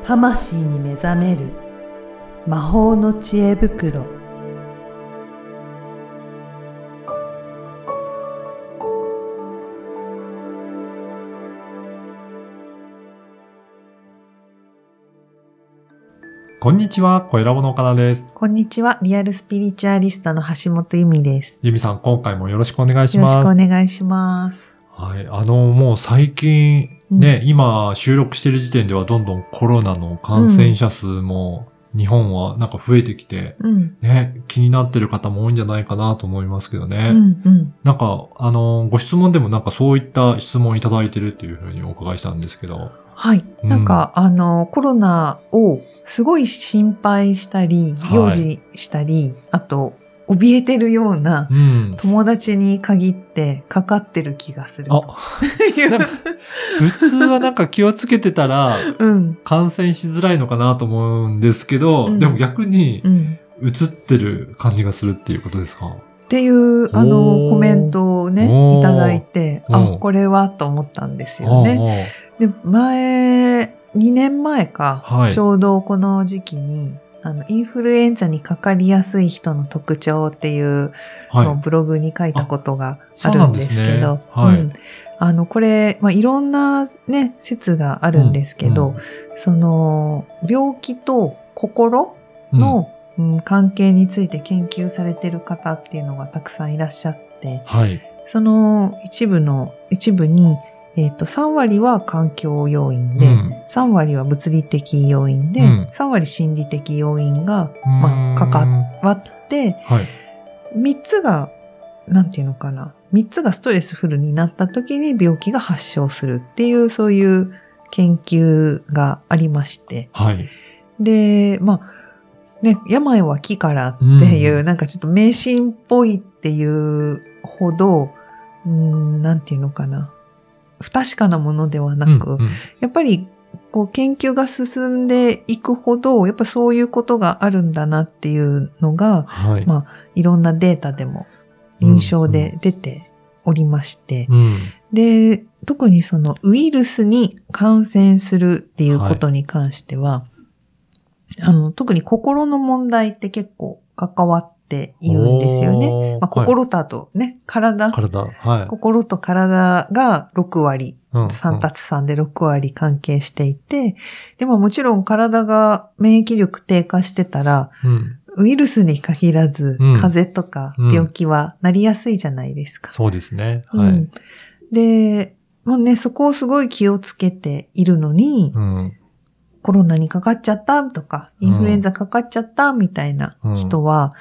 魂に目覚める魔法の知恵袋。 こんにちは、声ラボの岡田です。 こんにちは、リアルスピリチュアリストの橋本由美です。 由美さん、今回もよろしくお願いします。 よろしくお願いします。 はい、もう最近ね、今収録している時点ではどんどんコロナの感染者数も日本はなんか増えてきて、ね、気になってる方も多いんじゃないかなと思いますけどね。なんか、ご質問でもなんかそういった質問をいただいてるっていうふうにお伺いしたんですけど。 はい。なんか、コロナをすごい心配したり、幼児したり、あと、怯えてるような友達に限ってかかってる気がすると。 普通はなんか気をつけてたら感染しづらいのかなと思うんですけど、でも逆に移ってる感じがするっていうことですか？ っていうコメントをね、いただいて、これはと思ったんですよね。で、2年前か、ちょうどこの時期に、インフルエンザにかかりやすい人の特徴っていうのをブログに書いたことがあるんですけど、これ、いろんなね、説があるんですけど、その、病気と心の、関係について研究されている方っていうのがたくさんいらっしゃって、その一部に、3割は環境要因で、3割は物理的要因で、3割心理的要因が、関わって、3つが、なんていうのかな、3つがストレスフルになった時に病気が発症するっていう、そういう研究がありまして。で、ね、病は気からっていう、なんかちょっと迷信っぽいっていうほど、なんていうのかな。不確かなものではなく、やっぱりこう研究が進んでいくほど、やっぱそういうことがあるんだなっていうのが、いろんなデータでも臨床で出ておりまして、で、特にそのウイルスに感染するっていうことに関しては、特に心の問題って結構関わっているんですよね。心とあとね、心と体が6割、3たす3で6割関係していて、でももちろん体が免疫力低下してたら、ウイルスに限らず、風邪とか病気はなりやすいじゃないですか。 そうですね。 で、もうね、そこをすごい気をつけているのに、コロナにかかっちゃったとか、インフルエンザかかっちゃったみたいな人は、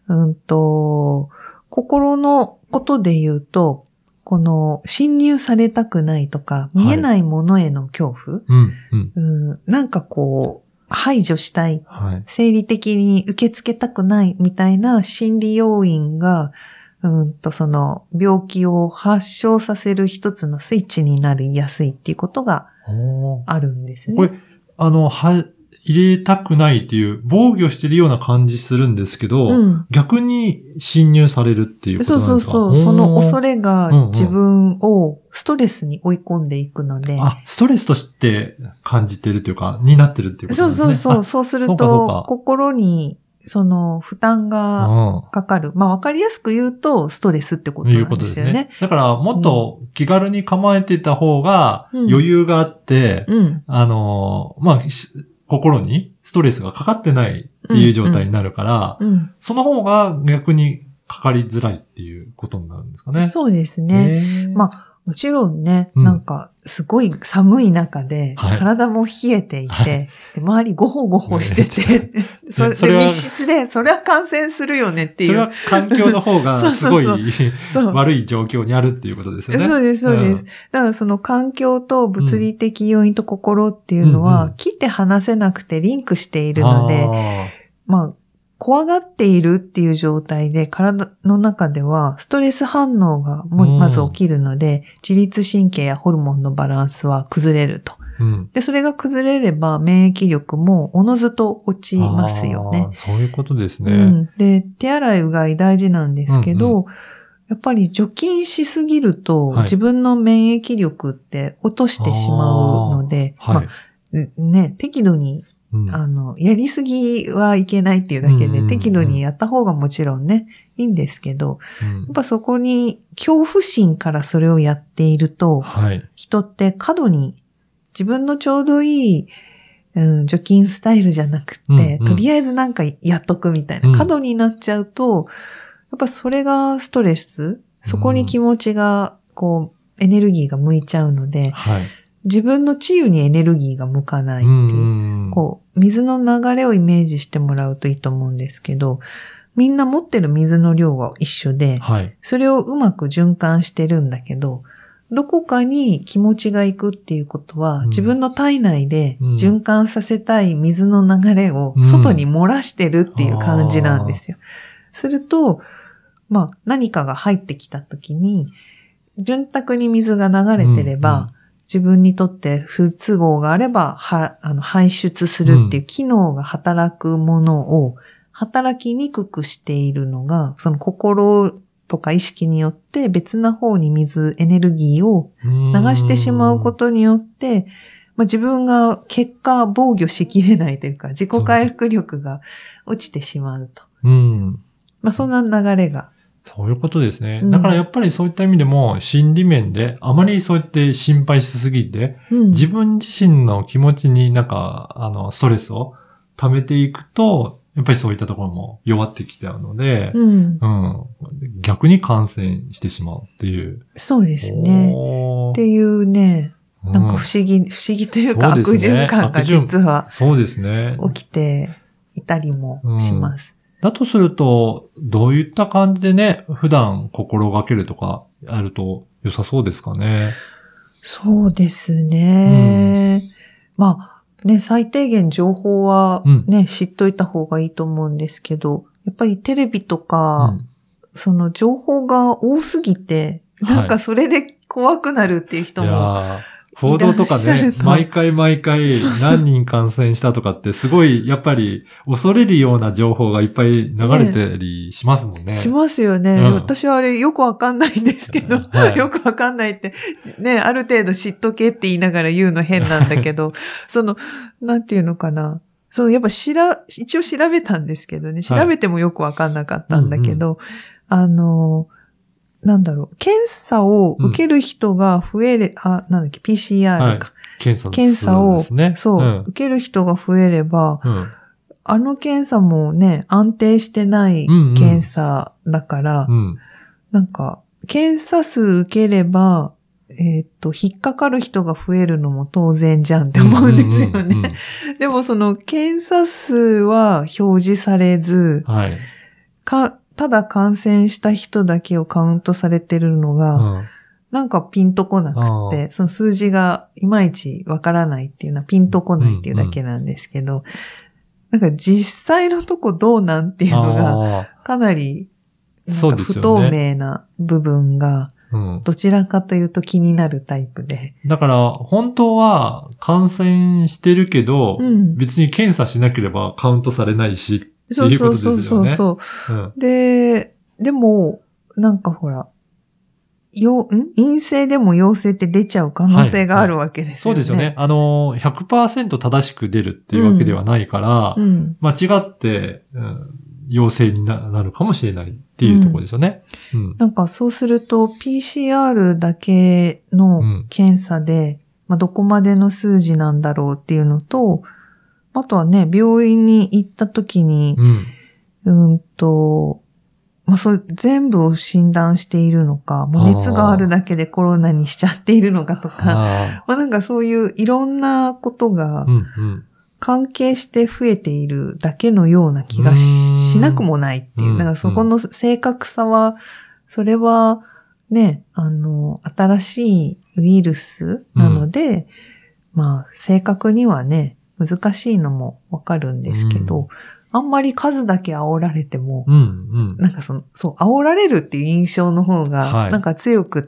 心のことで言うと、この侵入されたくないとか、見えないものへの恐怖、なんかこう、排除したい、生理的に受け付けたくないみたいな心理要因が、その病気を発症させる一つのスイッチになりやすいっていうことがあるんですね。 これ入れたくないっていう防御してるような感じするんですけど、逆に侵入されるっていうことなんですか？ そう。その恐れが自分をストレスに追い込んでいくので。 ストレスとして感じてるというか、になってるっていうことですね。 そうすると、心にその負担がかかる。わかりやすく言うと、ストレスってことなんですよね。 だから、もっと気軽に構えていた方が余裕があって、心にストレスがかかってないっていう状態になるから、その方が逆にかかりづらいっていうことになるんですかね。 そうですね。もちろんね、なんか、すごい寒い中で、体も冷えていて、で周りゴホゴホしてて、それで密室で、それは感染するよねっていう。 それは環境の方がすごい悪い状況にあるっていうことですよね。 そうです。だからその環境と物理的要因と心っていうのは、切って離せなくてリンクしているので、怖がっているっていう状態で体の中ではストレス反応がまず起きるので、自律神経やホルモンのバランスは崩れると。で、それが崩れれば免疫力もおのずと落ちますよね。 そういうことですね。 で、手洗いうがい大事なんですけど、やっぱり除菌しすぎると、自分の免疫力って落としてしまうので、 ね、適度に、やりすぎはいけないっていうだけで、適度にやった方がもちろんね、いいんですけど、やっぱそこに恐怖心からそれをやっていると、人って過度に自分のちょうどいい、除菌スタイルじゃなくて、とりあえずなんかやっとくみたいな、過度になっちゃうと、やっぱそれがストレス、そこに気持ちが、エネルギーが向いちゃうので、自分の治癒にエネルギーが向かないっていう、水の流れをイメージしてもらうといいと思うんですけど、みんな持ってる水の量は一緒で、それをうまく循環してるんだけど、どこかに気持ちが行くっていうことは、自分の体内で循環させたい水の流れを外に漏らしてるっていう感じなんですよ。すると、何かが入ってきたときに、潤沢に水が流れてれば、自分にとって不都合があれば、排出するっていう機能が働くものを働きにくくしているのが、その心とか意識によって別な方にエネルギーを流してしまうことによって、自分が結果防御しきれないというか、自己回復力が落ちてしまうと。そんな流れが。 そういうことですね。だからやっぱりそういった意味でも心理面であまりそうやって心配しすぎて、自分自身の気持ちにストレスを溜めていくと、やっぱりそういったところも弱ってきちゃうので、逆に感染してしまうっていう。 そうですね。っていうね、なんか不思議というか悪循環が実はそうですね。 起きていたりもします。 だとすると、どういった感じでね、普段心がけるとかあると良さそうですかね。 そうですね。最低限情報はね、知っといた方がいいと思うんですけど、やっぱりテレビとか、その情報が多すぎて、なんかそれで怖くなるっていう人も、 報道とかね、毎回何人感染したとかってすごいやっぱり恐れるような情報がいっぱい流れてりしますもんね。 しますよね。私はあれよくわかんないんですけど、よくわかんないって、ね、ある程度知っとけって言いながら言うの変なんだけど、なんていうのかな。やっぱ一応調べたんですけどね、調べてもよくわかんなかったんだけど、検査を受ける人が増えれ、PCR か。検査を、受ける人が増えれば、あの検査もね、安定してない検査だから、なんか、検査数受ければ、引っかかる人が増えるのも当然じゃんって思うんですよね。でも検査数は表示されず、ただ感染した人だけをカウントされてるのが、なんかピンとこなくて、その数字がいまいちわからないっていうのはピンとこないっていうだけなんですけど、なんか実際のとこどうなんっていうのが、かなりなんか不透明な部分が、どちらかというと気になるタイプで。 だから、本当は感染してるけど、別に検査しなければカウントされないし、っていうことですよね。 でも、なんかほら、陰性でも陽性って出ちゃう可能性があるわけですよね。 そうですよね。100% 正しく出るっていうわけではないから、間違って、陽性になるかもしれないっていうところですよね。 なんかそうすると PCR だけの検査で、どこまでの数字なんだろうっていうのと、あとはね、病院に行った時に、そう全部を診断しているのか、もう熱があるだけでコロナにしちゃっているのかとか、なんかそういういろんなことが関係して増えているだけのような気がしなくもないっていう。だからそこの正確さは、それはね、新しいウイルスなので、正確にはね、難しいのもわかるんですけど、あんまり数だけ煽られても、なんか煽られるっていう印象の方が、なんか強くって、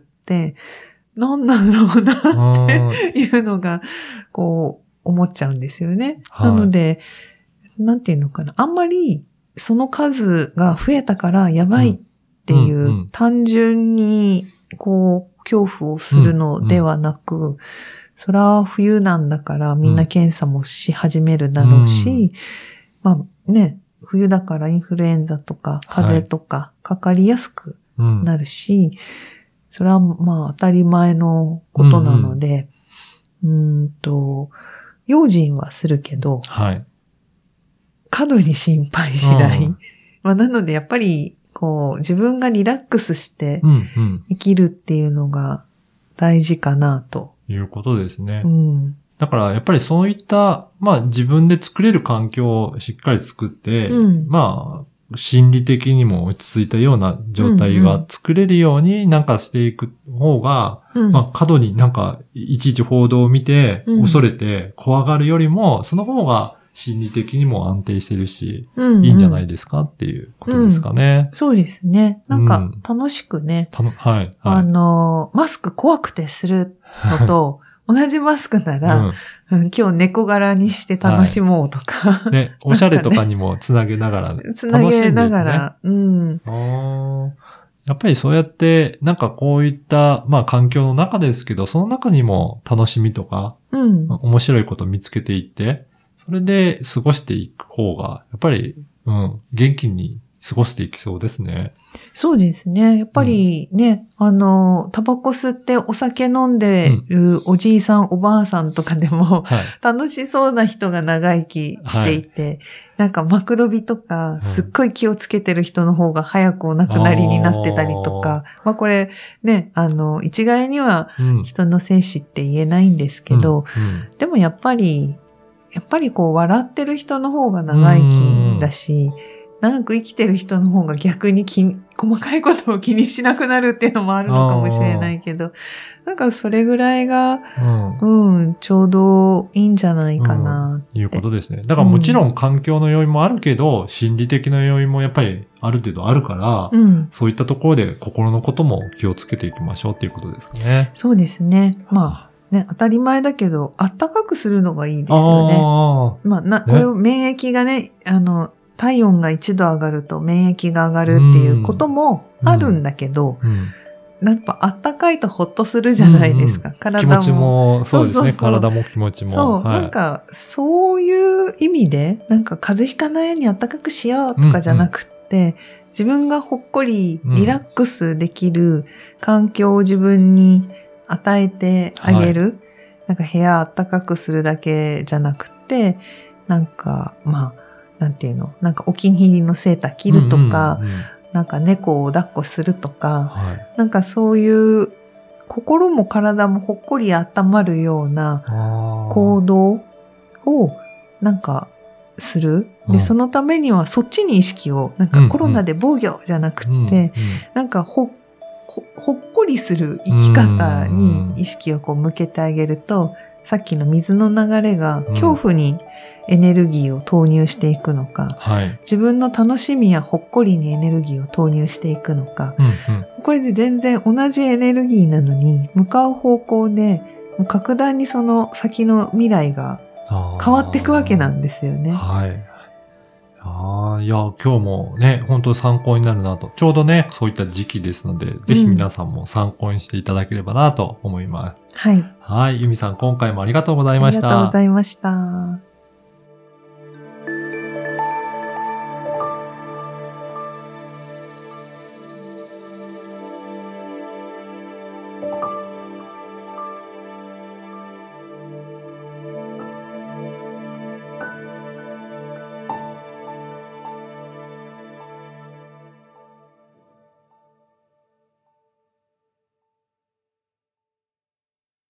なんだろうなっていうのが、思っちゃうんですよね。なので、なんていうのかな。あんまり、その数が増えたからやばいっていう、単純に、恐怖をするのではなく、 そら冬なんだからみんな検査もし始めるだろうし、まあね、冬だからインフルエンザとか風邪とかかかりやすくなるし、それはまあ当たり前のことなので、用心はするけど、過度に心配しない。まあなのでやっぱりこう自分がリラックスして生きるっていうのが大事かなと。 いうことですね。だからやっぱりそういった、まあ自分で作れる環境をしっかり作って、まあ心理的にも落ち着いたような状態が作れるようになんかしていく方が、まあ過度になんかいちいち報道を見て恐れて怖がるよりも、その方が心理的にも安定してるし、いいんじゃないですかっていうことですかね。 そうですね。なんか楽しくね、マスク怖くてするのと、同じマスクなら、今日猫柄にして楽しもうとか。 ね、おしゃれとかにもつなげながら、 つなげながら、 やっぱりそうやって、なんかこういった、まあ環境の中ですけど、その中にも楽しみとか、面白いことを見つけていって、それで過ごしていく方が、やっぱり、元気に過ごしていきそうですね。 そうですね。やっぱりね、タバコ吸ってお酒飲んでるおじいさん、おばあさんとかでも、楽しそうな人が長生きしていて、なんかマクロビとか、すっごい気をつけてる人の方が早くお亡くなりになってたりとか、まあこれね、一概には人の生死って言えないんですけど、でもやっぱりこう笑ってる人の方が長生きだし、長く生きてる人の方が逆に細かいことを気にしなくなるっていうのもあるのかもしれないけど、なんかそれぐらいが、ちょうどいいんじゃないかなって、 いうことですね。だからもちろん環境の要因もあるけど、心理的な要因もやっぱりある程度あるから、そういったところで心のことも気をつけていきましょうっていうことですかね。 そうですね。まあ、ね、当たり前だけど、あったかくするのがいいですよね。まあ、これを免疫がね、体温が1度上がると免疫が上がるっていうこともあるんだけど、やっぱあったかいとほっとするじゃないですか。体も。 気持ちも、そうですね。体も気持ちも。 そう、なんか、そういう意味で、なんか風邪ひかないようにあったかくしようとかじゃなくって、自分がほっこりリラックスできる環境を自分に与えてあげる。なんか部屋あったかくするだけじゃなくて、なんか、まあ、なんていうの、なんかお気に入りのセーター着るとか、なんか猫を抱っこするとか、なんかそういう心も体もほっこり温まるような行動をなんかする。で、そのためにはそっちに意識を、なんかコロナで防御じゃなくって、なんかほっこりする生き方に意識をこう向けてあげると、さっきの水の流れが恐怖にエネルギーを投入していくのか、自分の楽しみやほっこりにエネルギーを投入していくのか、これで全然同じエネルギーなのに向かう方向でもう格段にその先の未来が変わっていくわけなんですよね。 いや、今日もね、本当参考になるなと。ちょうどね、そういった時期ですので、ぜひ皆さんも参考にしていただければなと思います。はい。由美さん、今回もありがとうございました。 ありがとうございました。